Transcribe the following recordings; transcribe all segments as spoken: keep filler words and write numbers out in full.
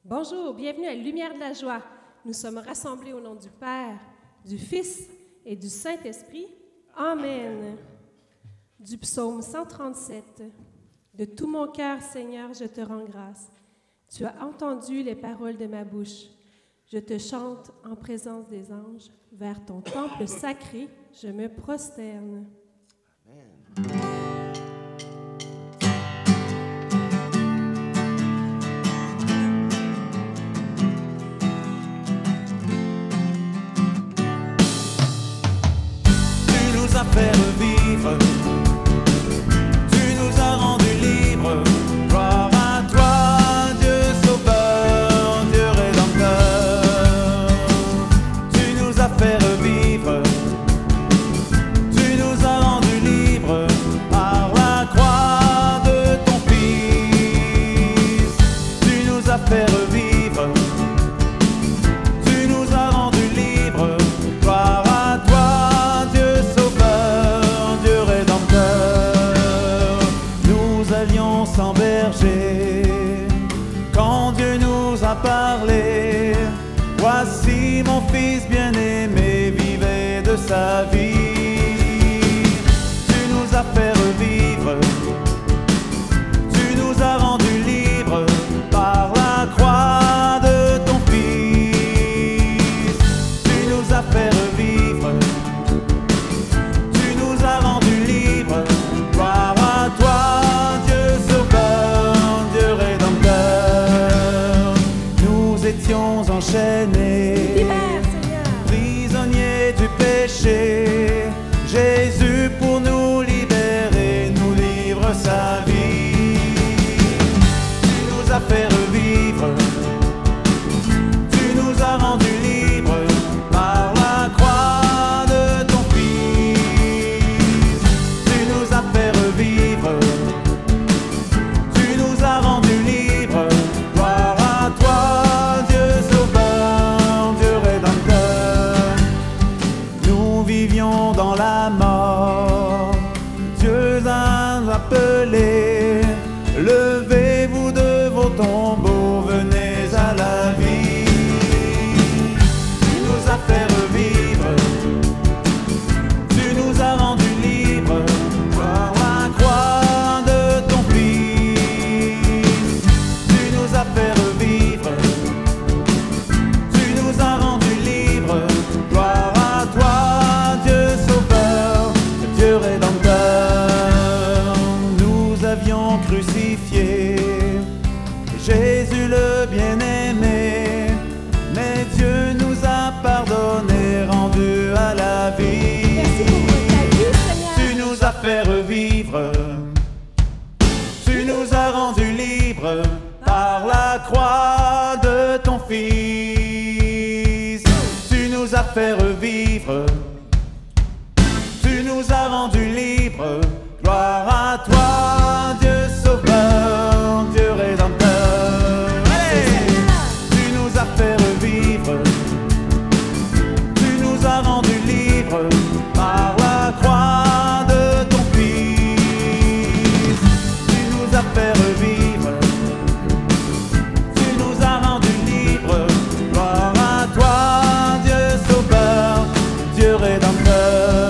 Bonjour, bienvenue à Lumière de la joie. Nous sommes rassemblés au nom du Père, du Fils et du Saint-Esprit. Amen. Du psaume cent trente-sept. De tout mon cœur, Seigneur, je te rends grâce. Tu as entendu les paroles de ma bouche. Je te chante en présence des anges. Vers ton temple sacré, je me prosterne. Amen. Faire vivre, tu nous as rendus libres. Gloire à toi, Dieu sauveur, Dieu rédempteur. Tu nous as fait revivre, tu nous as rendus libres par la croix de ton Fils. Tu nous as fait revivre, tu nous as rendus libres. Gloire à toi, Dieu sauveur, Dieu rédempteur. Nous allions sans berger quand Dieu nous a parlé. Voici mon fils bien-aimé, vivait de sa vie. Tu nous as fait revivre, tu nous as rendus libres par la croix de ton Fils. Tu nous as fait revivre, tu nous as rendus libres. Gloire à toi, Dieu sauveur, Dieu rédempteur. Nous étions enchaînés, Libère, Seigneur. prisonniers du péché. Jésus pour nous libérer, nous livre sa vie. Tu nous as fait revivre, tu nous as rendus libres par la croix de ton Fils. Tu nous as fait revivre, tu nous as rendus libres. Gloire à toi, Dieu sauveur, Dieu rédempteur. Nous vivions dans la mort, Dieu a appelé. Levez-vous de vos tombeaux, venez à la vie. Tu nous as fait revivre, tu nous as rendus libres par la croix de ton Fils. Tu nous as fait revivre, tu nous as rendus libres. Gloire à toi, Dieu sauveur, Dieu rédempteur. Nous avions crucifié Jésus le bien-aimé, mais Dieu nous a pardonné, rendu à la vie. Merci pour ta vie, Seigneur. Tu nous as fait revivre, tu nous as rendus libres par la croix de ton Fils. Tu nous as fait revivre, tu nous as rendus libres. Gloire à toi, Dieu sauveur, Dieu rédempteur. Allez! Tu nous as fait revivre, tu nous as rendus libres par la croix de ton Fils. Tu nous as fait revivre, tu nous as rendus libres. Gloire à toi, Dieu sauveur, Dieu rédempteur.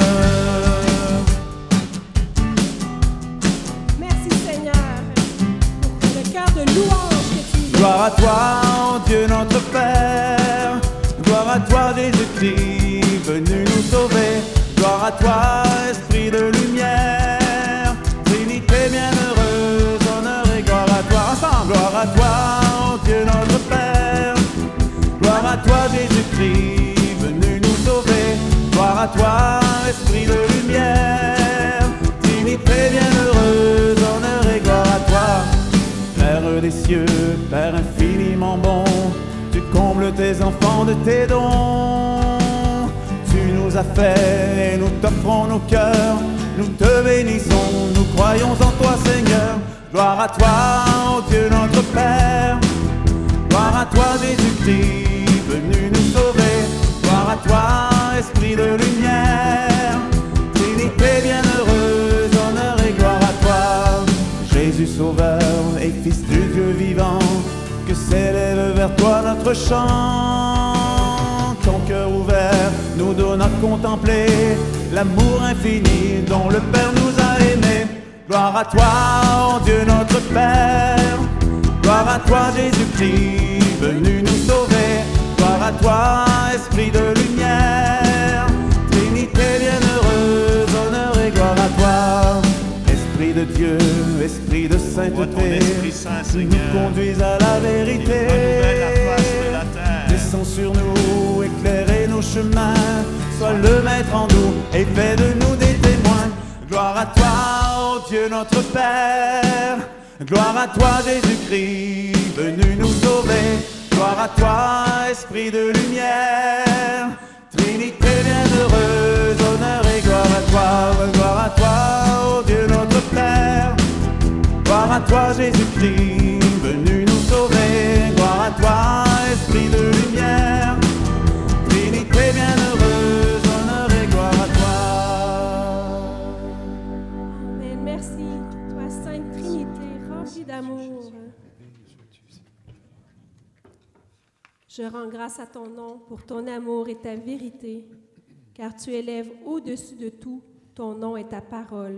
Merci, Seigneur, pour le cœur de louange que tu es. Gloire à toi, oh Dieu notre Père. Gloire à toi, Jésus-Christ, venu nous sauver. Gloire à toi, Esprit de lumière. Trinité bienheureuse, honneur et gloire à toi. Ensemble, gloire à toi, oh Dieu notre Père. Gloire à toi, Jésus-Christ, venu nous sauver. Gloire à toi, Esprit de lumière. Trinité bienheureuse, honneur et gloire à toi. Père des cieux, Père infiniment bon, tu combles tes enfants de tes dons. Tu nous as fait et nous t'offrons nos cœurs. Nous te bénissons, nous croyons en toi, Seigneur. Gloire à toi, ô Dieu notre Père. Gloire à toi, Jésus-Christ, venu nous sauver. Gloire à toi, Esprit de lumière. Trinité bienheureuse, honneur et gloire à toi. Jésus sauveur et Fils du Dieu vivant, que s'élève vers vers toi notre chant. Ton cœur ouvert nous donne à contempler l'amour infini dont le Père nous a aimés. Gloire à toi, oh Dieu notre Père. Gloire à toi, Jésus-Christ, venu nous sauver. Gloire à toi, Esprit de lumière. Trinité bienheureuse, honneur et gloire à toi. Esprit de Dieu, Esprit de sainteté, nous conduis à la vérité. Descends sur nous, éclairez nos chemins. Sois le maître en nous et fais de nous des témoins. Gloire à toi, oh Dieu notre Père. Gloire à toi, Jésus-Christ, venu nous sauver. Gloire à toi, Esprit de lumière. Trinité bienheureuse, honneur et gloire à toi. Gloire à toi, oh Dieu notre Père. Gloire à toi, Jésus-Christ, venu nous sauver. Gloire à toi, Esprit de lumière. Trinité bienheureuse, honneur et gloire à toi. Amen. Merci, toi, Sainte Trinité, remplie d'amour. Je rends grâce à ton nom pour ton amour et ta vérité, car tu élèves au-dessus de tout ton nom et ta parole.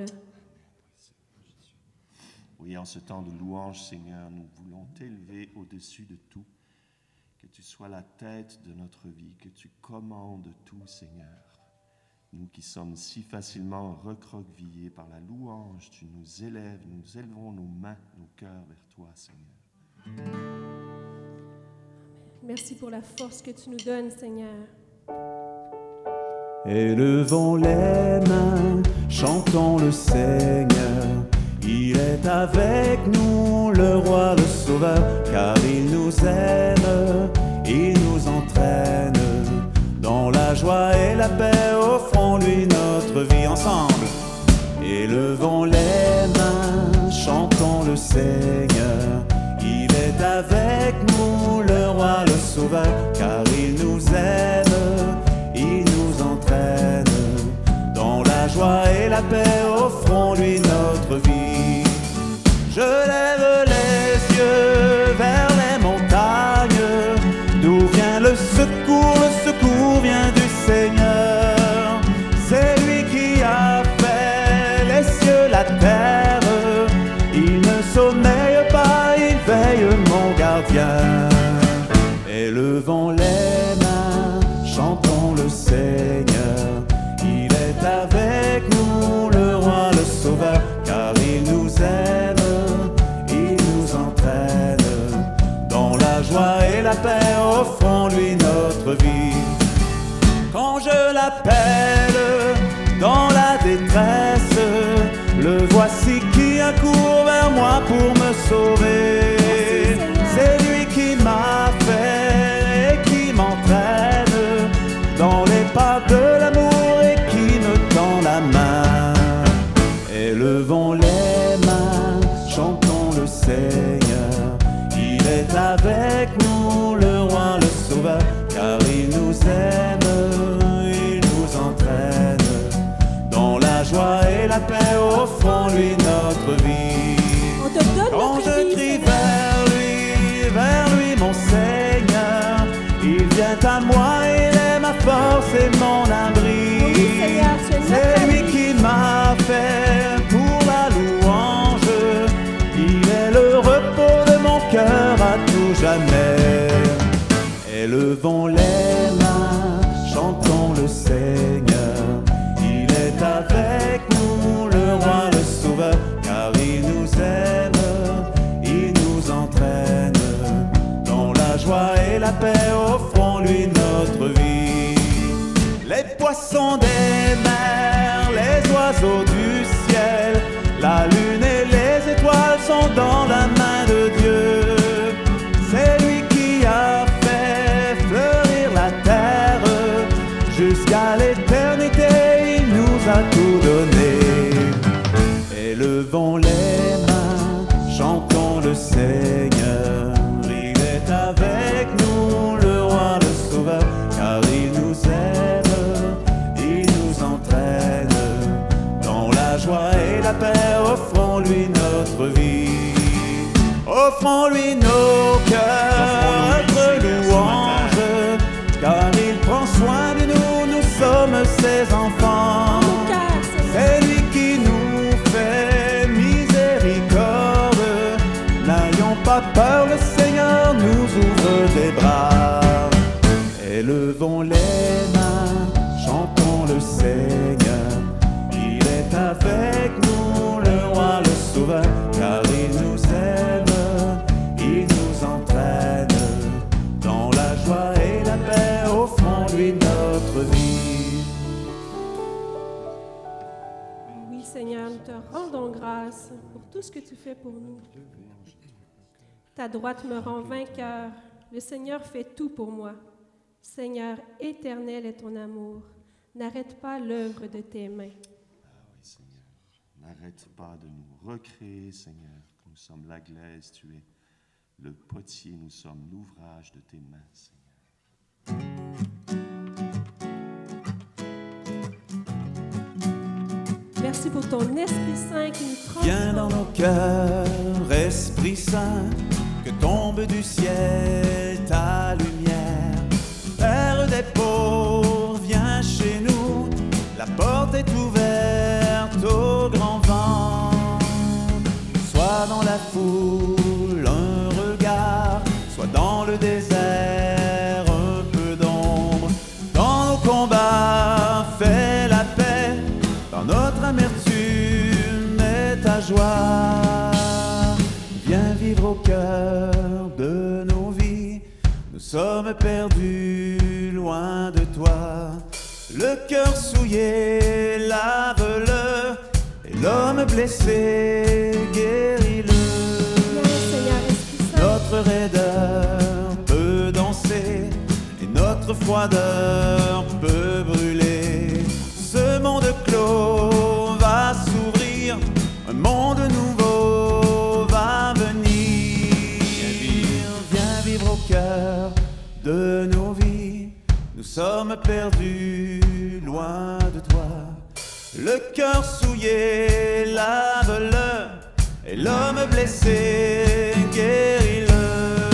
Oui, en ce temps de louange, Seigneur, nous voulons t'élever au-dessus de tout, que tu sois la tête de notre vie, que tu commandes tout, Seigneur. Nous qui sommes si facilement recroquevillés par la louange, tu nous élèves, nous élevons nos mains, nos cœurs vers toi, Seigneur. Merci pour la force que tu nous donnes, Seigneur. Élevons les mains, chantons le Seigneur. Il est avec nous, le roi, le sauveur, car il nous aime, il nous entraîne. Dans la joie et la paix, offrons-lui notre vie ensemble. Élevons les mains, chantons le Seigneur. Il est avec nous, le roi, le sauveur, car il nous aime, il nous entraîne. Dans la joie et la paix, offrons-lui notre vie. Je lève les yeux vers les montagnes, d'où vient le secours, le secours vient du Seigneur. C'est lui qui a fait les cieux, la terre, il ne sommeille pas, il veille mon gardien. Élevons les mains, chantons le Seigneur. Il est avec nous, le roi, le sauveur, car il nous aime, il nous entraîne. Dans la joie et la paix, offrons-lui notre vie. Quand je l'appelle dans la détresse, le voici qui accourt vers moi pour me sauver. C'est lui qui m'a fait et qui m'entraîne dans les pas de l'amour et qui me tend la main. Élevons les mains, chantons le Seigneur. Il est avec nous, le roi, le sauveur, car il nous aime, il nous entraîne. Dans la joie et la paix, offrons-lui notre vie. On te donne Quand notre je vie, crie Seigneur. vers lui, vers lui mon Seigneur, il vient à moi, il est ma force et mon abri. Oui, Seigneur, tu es notre C'est lui abri. qui m'a fait pour la louange. Il est le repos de mon cœur à tout jamais. Élevons les mains, chantons le Seigneur. Il est avec nous, le roi, le sauveur, car il nous aime, il nous entraîne. Dans la joie et la paix, offrons-lui notre vie. Les poissons des mers, les oiseaux du ciel, la lune et les étoiles sont dans la main de Dieu. C'est lui qui a fait fleurir la terre, jusqu'à l'éternité, il nous a tout donné. Élevons les mains, chantons le Seigneur. Il est avec nous, le roi, le sauveur, car il nous aime, il nous entraîne. Dans la joie et la paix, offrons-lui notre vie. Offrons-lui nos cœurs, notre Seigneur nous ouvre des bras. Élevons les mains, chantons le Seigneur. Il est avec nous, le roi, le sauveur, car il nous aime, il nous entraîne. Dans la joie et la paix, offrons-lui notre vie. Oui, Seigneur, nous te rendons grâce pour tout ce que tu fais pour nous. Ta droite me rend vainqueur. Le Seigneur fait tout pour moi. Seigneur, éternel est ton amour. N'arrête pas l'œuvre de tes mains. Ah oui, Seigneur. N'arrête pas de nous recréer, Seigneur. Nous sommes la glaise, tu es le potier, nous sommes l'ouvrage de tes mains, Seigneur. Merci pour ton Esprit Saint qui nous transforme. Viens dans nos cœurs, Esprit Saint, que tombe du ciel ta lumière. Père des pauvres, viens chez nous, la porte est ouverte au grand vent. Soit dans la foule, un regard, soit dans le désert, un peu d'ombre. Dans nos combats, fais la paix, dans notre amertume et ta joie. Viens vivre au cœur de nos vies, nous sommes perdus loin de toi. Le cœur souillé, lave-le, et l'homme blessé, guéris-le. Viens, Seigneur, Esprit Saint. Notre raideur peut danser, et notre froideur peut brûler. Ce monde clos va s'ouvrir, un monde nouveau va venir. Viens vivre, viens vivre au cœur de nos vies, nous sommes perdus loin de toi. Le cœur souillé, lave-le, et l'homme blessé, guéris-le.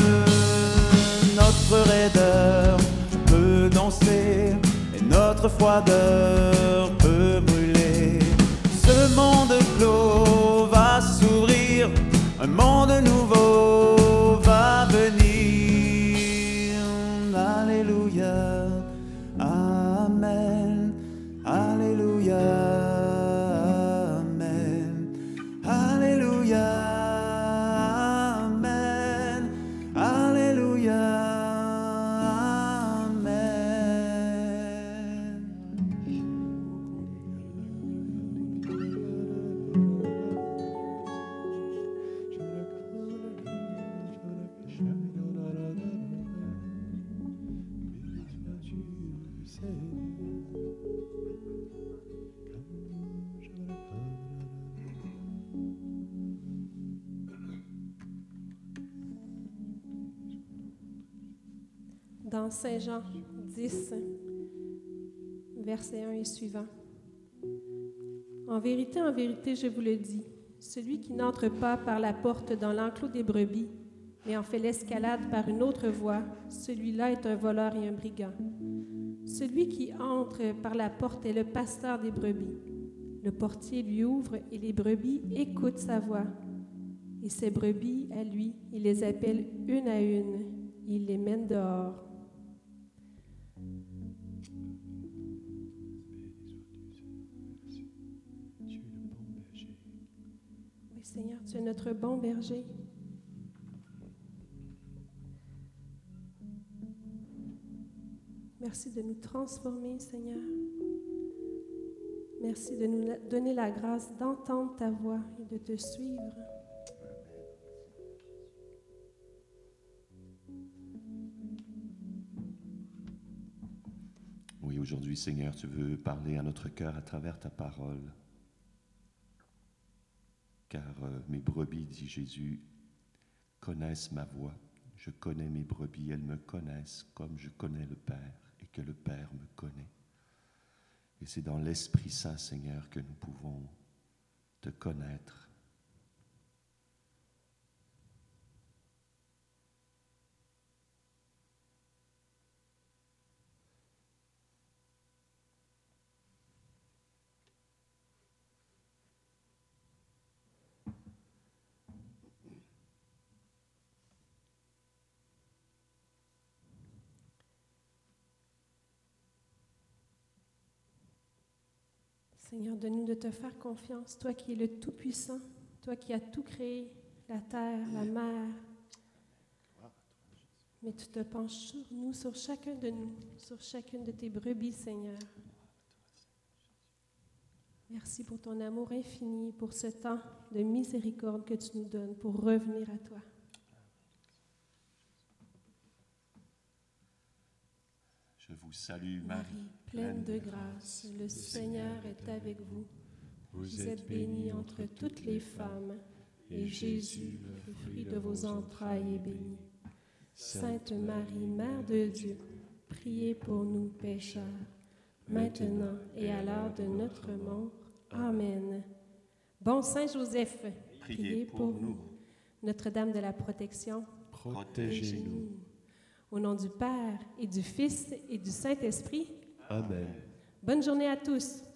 Notre raideur peut danser, et notre froideur peut brûler. Ce monde clos va s'ouvrir, un monde nouveau va venir. Alléluia, Amen, Alléluia, Amen, Alléluia, Amen, Alléluia, Amen. Dans Saint Jean dix, verset un et suivant. En vérité, en vérité, je vous le dis, celui qui n'entre pas par la porte dans l'enclos des brebis, mais en fait l'escalade par une autre voie, celui-là est un voleur et un brigand. Celui qui entre par la porte est le pasteur des brebis. Le portier lui ouvre et les brebis écoutent sa voix. Et ces brebis, à lui, il les appelle une à une. Il les mène dehors. Oui, Seigneur, tu es notre bon berger. Merci de nous transformer, Seigneur. Merci de nous donner la grâce d'entendre ta voix et de te suivre. Oui, aujourd'hui, Seigneur, tu veux parler à notre cœur à travers ta parole. Car euh, mes brebis, dit Jésus, connaissent ma voix. Je connais mes brebis, elles me connaissent comme je connais le Père et que le Père me connaît. Et c'est dans l'Esprit Saint, Seigneur, que nous pouvons te connaître. Seigneur, donne-nous de te faire confiance, toi qui es le Tout-Puissant, toi qui as tout créé, la terre, la mer. Mais tu te penches sur nous, sur chacun de nous, sur chacune de tes brebis, Seigneur. Merci pour ton amour infini, pour ce temps de miséricorde que tu nous donnes pour revenir à toi. Je vous salue, Marie, Marie, pleine de grâce, le Seigneur est avec vous. Vous êtes bénie entre toutes les femmes, et Jésus, le fruit de vos entrailles, est béni. Sainte Marie, Mère de Dieu, priez pour nous pécheurs, maintenant et à l'heure de notre mort. Amen. Bon Saint Joseph, priez pour nous. Notre-Dame de la protection, protégez-nous. Au nom du Père et du Fils et du Saint-Esprit. Amen. Bonne journée à tous.